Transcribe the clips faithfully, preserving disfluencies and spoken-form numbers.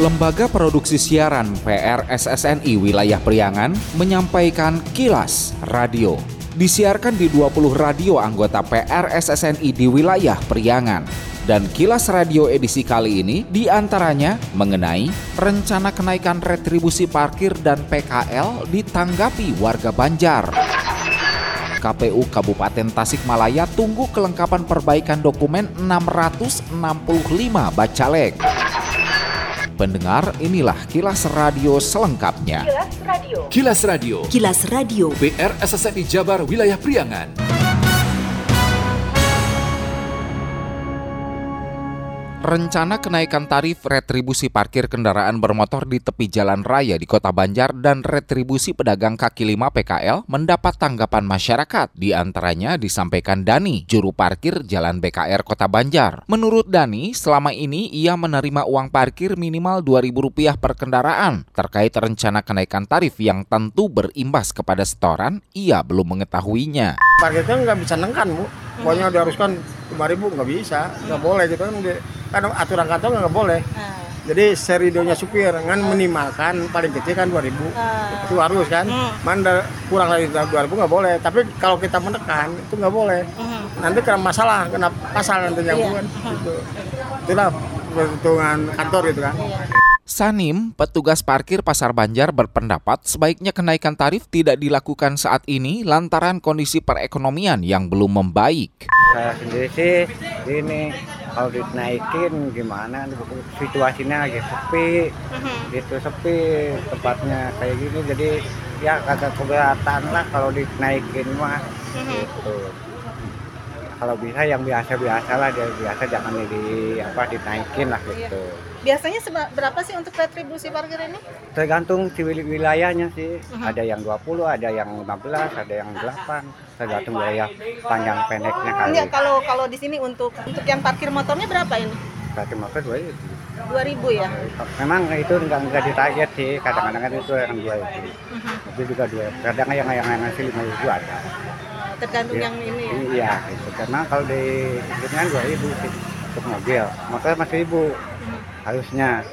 Lembaga Produksi Siaran P R S S N I Wilayah Priangan menyampaikan Kilas Radio. Disiarkan di dua puluh radio anggota P R S S N I di wilayah Priangan. Dan Kilas Radio edisi kali ini diantaranya mengenai rencana kenaikan retribusi parkir dan P K L ditanggapi warga Banjar. K P U Kabupaten Tasikmalaya tunggu kelengkapan perbaikan dokumen enam ratus enam puluh lima Bacalek. Pendengar, inilah Kilas Radio selengkapnya. Kilas Radio. Kilas Radio. Kilas Radio. P R S S N I Jabar Wilayah Priangan. Rencana kenaikan tarif retribusi parkir kendaraan bermotor di tepi jalan raya di Kota Banjar dan retribusi pedagang kaki lima P K L mendapat tanggapan masyarakat. Di antaranya disampaikan Dani, juru parkir Jalan B K R Kota Banjar. Menurut Dani, selama ini ia menerima uang parkir minimal dua ribu rupiah per kendaraan. Terkait rencana kenaikan tarif yang tentu berimbas kepada setoran, ia belum mengetahuinya. Parkirnya nggak bisa nengkan, Bu. Pokoknya diharuskan lima ribu, nggak bisa, nggak boleh gitu kan. Kan aturan kantor nggak boleh. Uh. Jadi seridonya supir kan minimalkan paling kecil kan dua ribu. Uh. Itu harus kan. Uh. Mana kurang dari dua ribu nggak boleh. Tapi kalau kita menekan itu nggak boleh. Uh. Nanti kena masalah, kena pasal nantinya yeah. Bukan. Uh. Gitu. Itulah perhitungan kantor gitu kan. Uh. Sanim, petugas parkir Pasar Banjar berpendapat sebaiknya kenaikan tarif tidak dilakukan saat ini lantaran kondisi perekonomian yang belum membaik. Saya sendiri sih ini kalau dinaikin gimana, situasinya lagi sepi, gitu sepi tempatnya kayak gini, jadi ya kagak keberatan lah kalau dinaikin mah, gitu. Kalau bisa yang biasa-biasa lah, dia biasa jangan di apa dinaikin lah gitu. Biasanya seba- berapa sih untuk retribusi parkir ini? Tergantung si wilayahnya sih. Uh-huh. Ada yang dua puluh, ada yang lima belas, ada yang delapan. Tergantung wilayah panjang pendeknya kali. Enggak, kalau kalau di sini untuk untuk yang parkir motornya berapa ini? Parkir motor dua ribu. dua ribu ya? Memang itu enggak enggak ditarget sih. Kadang-kadang kan itu yang dua ribu. Uh-huh. Itu juga dua ribu. Kadang yang yang yang ngasih lima ribu ada. Tergantung ya, yang ini ya? Iya, gitu. Karena kalau di sini kan dua ribu sih untuk mobil. Motor masih ribu. Harusnya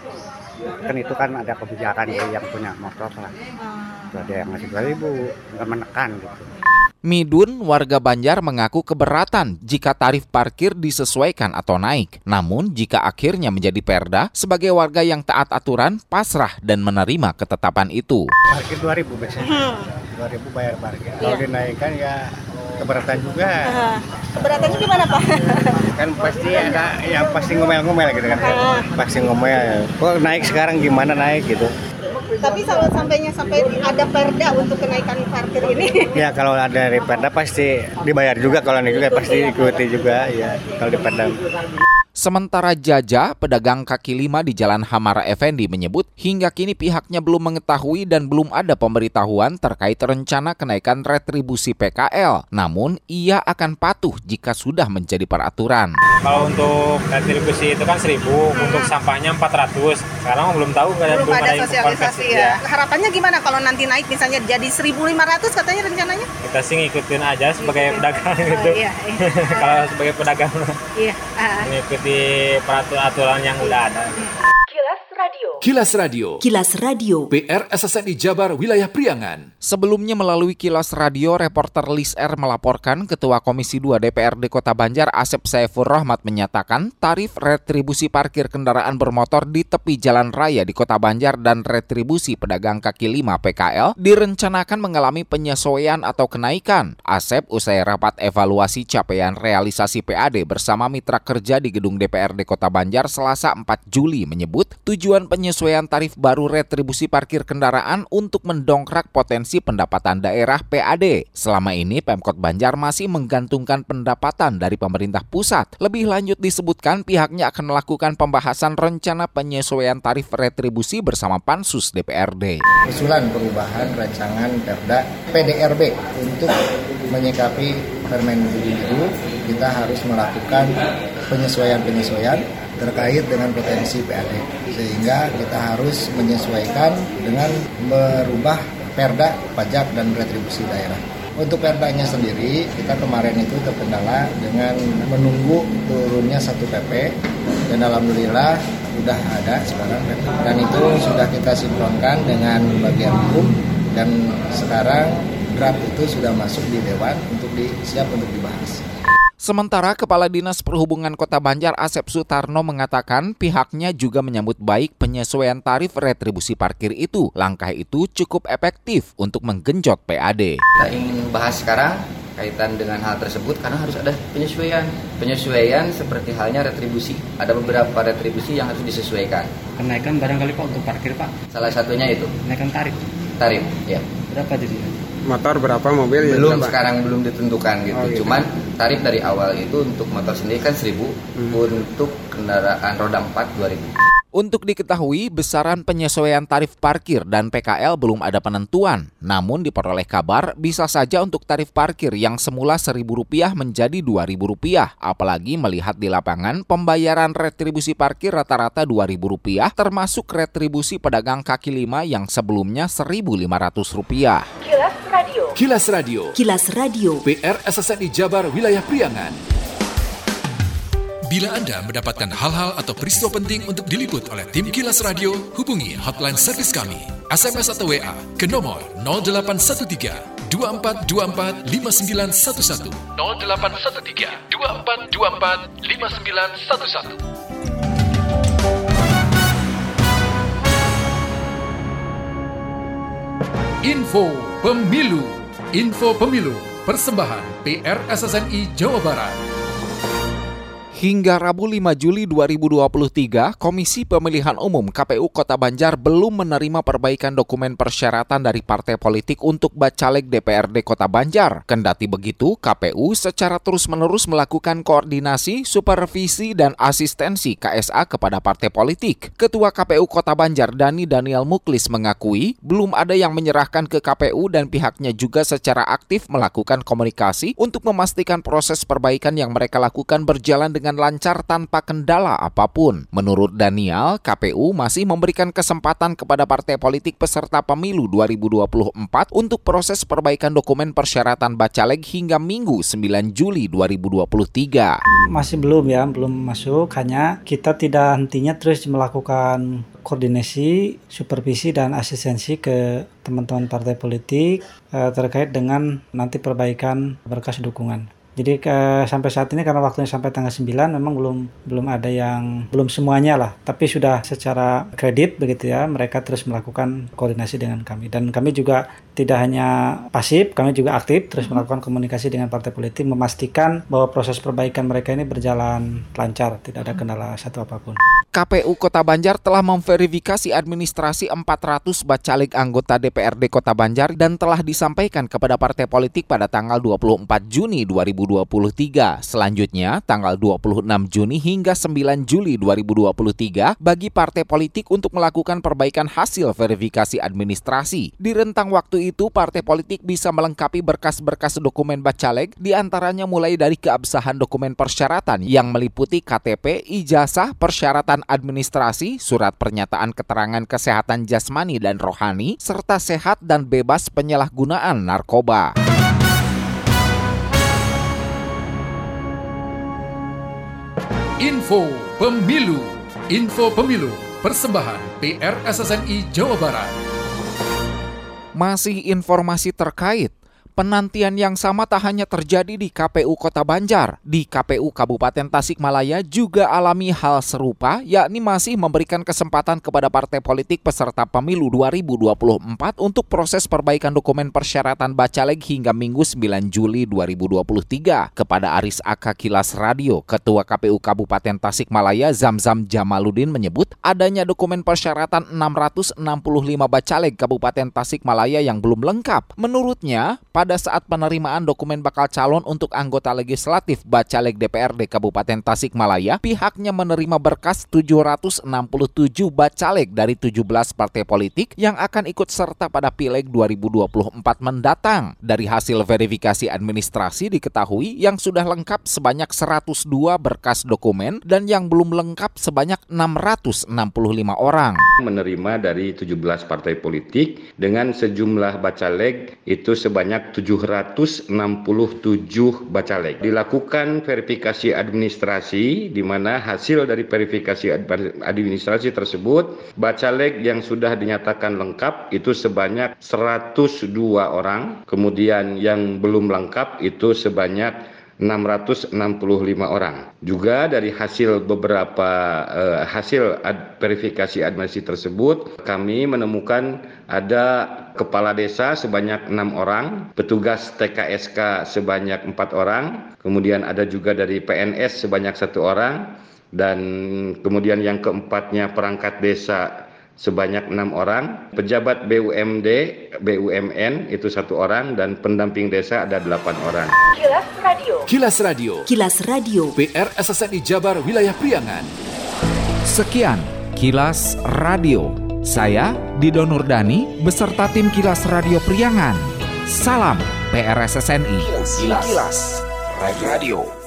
kan itu kan ada kebijakan dari yang punya motor lah. Hmm. Ada yang ngasih dua ribu, nggak menekan gitu. Midun, warga Banjar mengaku keberatan jika tarif parkir disesuaikan atau naik. Namun jika akhirnya menjadi perda, sebagai warga yang taat aturan, pasrah dan menerima ketetapan itu. Parkir dua ribu biasanya. dua ribu bayar parkir. Kalau yeah. Dinaikkan ya keberatan juga. Uh, keberatannya gimana, Pak? Kan pasti ada yang pasti ngomel-ngomel gitu kan. Uh. Pasti ngomel. Kok naik sekarang gimana naik gitu. Tapi kalau sampainya sampai ada perda untuk kenaikan parkir ini. Ya kalau ada dari perda pasti dibayar juga, kalau ini juga pasti ikuti juga ya kalau di perda. Sementara Jaja, pedagang kaki lima di Jalan Hamara Effendi menyebut hingga kini pihaknya belum mengetahui dan belum ada pemberitahuan terkait rencana kenaikan retribusi P K L. Namun, ia akan patuh jika sudah menjadi peraturan. Kalau untuk retribusi itu kan seribu, hmm. untuk sampahnya empat ratus. Sekarang belum tahu, belum, belum ada sosialisasi ya. Harapannya gimana kalau nanti naik misalnya jadi seribu lima ratus katanya rencananya? Kita sih ngikutin aja sebagai pedagang gitu. Iya, iya. Kalau sebagai pedagang iya. Uh. Ngikutin peraturan yang udah ada. Kilas Radio. Kilas Radio. Kilas Radio. P R S S N I Jabar Wilayah Priangan. Sebelumnya melalui Kilas Radio, reporter Lis R melaporkan Ketua Komisi dua D P R D Kota Banjar Asep Saifur Rahmat menyatakan tarif retribusi parkir kendaraan bermotor di tepi jalan raya di Kota Banjar dan retribusi pedagang kaki lima P K L direncanakan mengalami penyesuaian atau kenaikan. Asep usai rapat evaluasi capaian realisasi P A D bersama mitra kerja di gedung D P R D Kota Banjar Selasa empat Juli menyebut tujuan penyesuaian tarif baru retribusi parkir kendaraan untuk mendongkrak potensi pendapatan daerah P A D. Selama ini Pemkot Banjar masih menggantungkan pendapatan dari pemerintah pusat. Lebih lanjut disebutkan pihaknya akan melakukan pembahasan rencana penyesuaian tarif retribusi bersama Pansus D P R D. Usulan perubahan rancangan Perda P D R B untuk menyikapi Permendikbud itu, kita harus melakukan penyesuaian-penyesuaian terkait dengan potensi P A D, sehingga kita harus menyesuaikan dengan merubah perda pajak dan retribusi daerah. Untuk perdanya sendiri, kita kemarin itu terkendala dengan menunggu turunnya satu P P, dan alhamdulillah sudah ada sekarang dan itu sudah kita sinkronkan dengan bagian hukum dan sekarang draft itu sudah masuk di Dewan untuk di, siap untuk dibahas. Sementara Kepala Dinas Perhubungan Kota Banjar Asep Sutarno mengatakan pihaknya juga menyambut baik penyesuaian tarif retribusi parkir itu. Langkah itu cukup efektif untuk menggenjot P A D. Kita ingin bahas sekarang kaitan dengan hal tersebut karena harus ada penyesuaian. Penyesuaian seperti halnya retribusi. Ada beberapa retribusi yang harus disesuaikan. Kenaikan barangkali Pak untuk parkir Pak? Salah satunya itu. Kenaikan tarif? Tarif, ya. Berapa jadi? Motor berapa, mobil belum berapa? Sekarang belum ditentukan gitu. Oh, gitu. Cuman tarif dari awal itu untuk motor sendiri kan seribu, hmm. untuk kendaraan roda empat dua ribu. Untuk diketahui, besaran penyesuaian tarif parkir dan P K L belum ada penentuan. Namun diperoleh kabar bisa saja untuk tarif parkir yang semula seribu rupiah menjadi dua ribu rupiah. Apalagi melihat di lapangan pembayaran retribusi parkir rata-rata dua ribu rupiah termasuk retribusi pedagang kaki lima yang sebelumnya seribu lima ratus rupiah. Kilas Radio. Kilas Radio. Kilas Radio. P R S S N I Jabar Wilayah Priangan. Bila Anda mendapatkan hal-hal atau peristiwa penting untuk diliput oleh tim Kilas Radio, hubungi hotline servis kami, S M S atau W A ke nomor nol delapan satu tiga dua empat dua empat lima sembilan satu satu nol delapan satu tiga dua empat dua empat lima sembilan satu satu. Info Pemilu. Info Pemilu, persembahan P R S S N I Jawa Barat. Hingga Rabu lima Juli dua ribu dua puluh tiga, Komisi Pemilihan Umum K P U Kota Banjar belum menerima perbaikan dokumen persyaratan dari partai politik untuk Bacalek D P R D Kota Banjar. Kendati begitu, K P U secara terus-menerus melakukan koordinasi, supervisi, dan asistensi K S A kepada partai politik. Ketua K P U Kota Banjar Dani Daniel Muklis mengakui belum ada yang menyerahkan ke K P U dan pihaknya juga secara aktif melakukan komunikasi untuk memastikan proses perbaikan yang mereka lakukan berjalan dengan lancar tanpa kendala apapun. Menurut Daniel, K P U masih memberikan kesempatan kepada partai politik peserta pemilu dua ribu dua puluh empat untuk proses perbaikan dokumen persyaratan Bacalek hingga Minggu sembilan Juli dua ribu dua puluh tiga. Masih belum ya, belum masuk. Hanya kita tidak hentinya terus melakukan koordinasi, supervisi, dan asistensi ke teman-teman partai politik eh, terkait dengan nanti perbaikan berkas dukungan. Jadi ke, sampai saat ini karena waktunya sampai tanggal sembilan memang belum belum ada yang belum semuanya lah, tapi sudah secara kredit begitu ya, mereka terus melakukan koordinasi dengan kami dan kami juga tidak hanya pasif, kami juga aktif terus melakukan komunikasi dengan partai politik memastikan bahwa proses perbaikan mereka ini berjalan lancar, tidak ada kendala satu apapun. K P U Kota Banjar telah memverifikasi administrasi empat ratus bacalek anggota D P R D Kota Banjar dan telah disampaikan kepada partai politik pada tanggal dua puluh empat Juni dua ribu dua puluh tiga. Selanjutnya, tanggal dua puluh enam Juni hingga sembilan Juli dua ribu dua puluh tiga bagi partai politik untuk melakukan perbaikan hasil verifikasi administrasi. Di rentang waktu itu, partai politik bisa melengkapi berkas-berkas dokumen bacalek, diantaranya mulai dari keabsahan dokumen persyaratan yang meliputi K T P, ijazah, persyaratan administrasi, surat pernyataan keterangan kesehatan jasmani dan rohani, serta sehat dan bebas penyalahgunaan narkoba. Info Pemilu. Info Pemilu, persembahan P R S S N I Jawa Barat. Masih informasi terkait penantian yang sama tak hanya terjadi di K P U Kota Banjar. Di K P U Kabupaten Tasikmalaya juga alami hal serupa, yakni masih memberikan kesempatan kepada partai politik peserta pemilu dua ribu dua puluh empat untuk proses perbaikan dokumen persyaratan bacalek hingga Minggu sembilan Juli dua ribu dua puluh tiga. Kepada Aris Aka Kilas Radio, Ketua K P U Kabupaten Tasikmalaya Zamzam Jamaluddin menyebut adanya dokumen persyaratan enam ratus enam puluh lima bacalek Kabupaten Tasikmalaya yang belum lengkap. Menurutnya, pada Pada saat penerimaan dokumen bakal calon untuk anggota legislatif Bacalek D P R D Kabupaten Tasikmalaya, pihaknya menerima berkas tujuh ratus enam puluh tujuh bacalek dari tujuh belas partai politik yang akan ikut serta pada Pileg dua ribu dua puluh empat mendatang. Dari hasil verifikasi administrasi diketahui yang sudah lengkap sebanyak seratus dua berkas dokumen dan yang belum lengkap sebanyak enam ratus enam puluh lima orang. Menerima dari tujuh belas partai politik dengan sejumlah bacalek itu sebanyak sebanyak tujuh ratus enam puluh tujuh bacalek. Dilakukan verifikasi administrasi di mana hasil dari verifikasi administrasi tersebut bacalek yang sudah dinyatakan lengkap itu sebanyak seratus dua orang, kemudian yang belum lengkap itu sebanyak enam ratus enam puluh lima orang. Juga dari hasil beberapa eh, hasil ad, verifikasi administrasi tersebut, kami menemukan ada kepala desa sebanyak enam orang, petugas T K S K sebanyak empat orang, kemudian ada juga dari P N S sebanyak satu orang, dan kemudian yang keempatnya perangkat desa sebanyak enam orang, pejabat B U M D, B U M N itu satu orang, dan pendamping desa ada delapan orang. Kilas Radio. Kilas Radio. Kilas Radio. P R S S N I Jabar Wilayah Priangan. Sekian Kilas Radio. Saya Dido Nurdani beserta tim Kilas Radio Priangan. Salam P R S S N I. Kilas, Kilas Radio.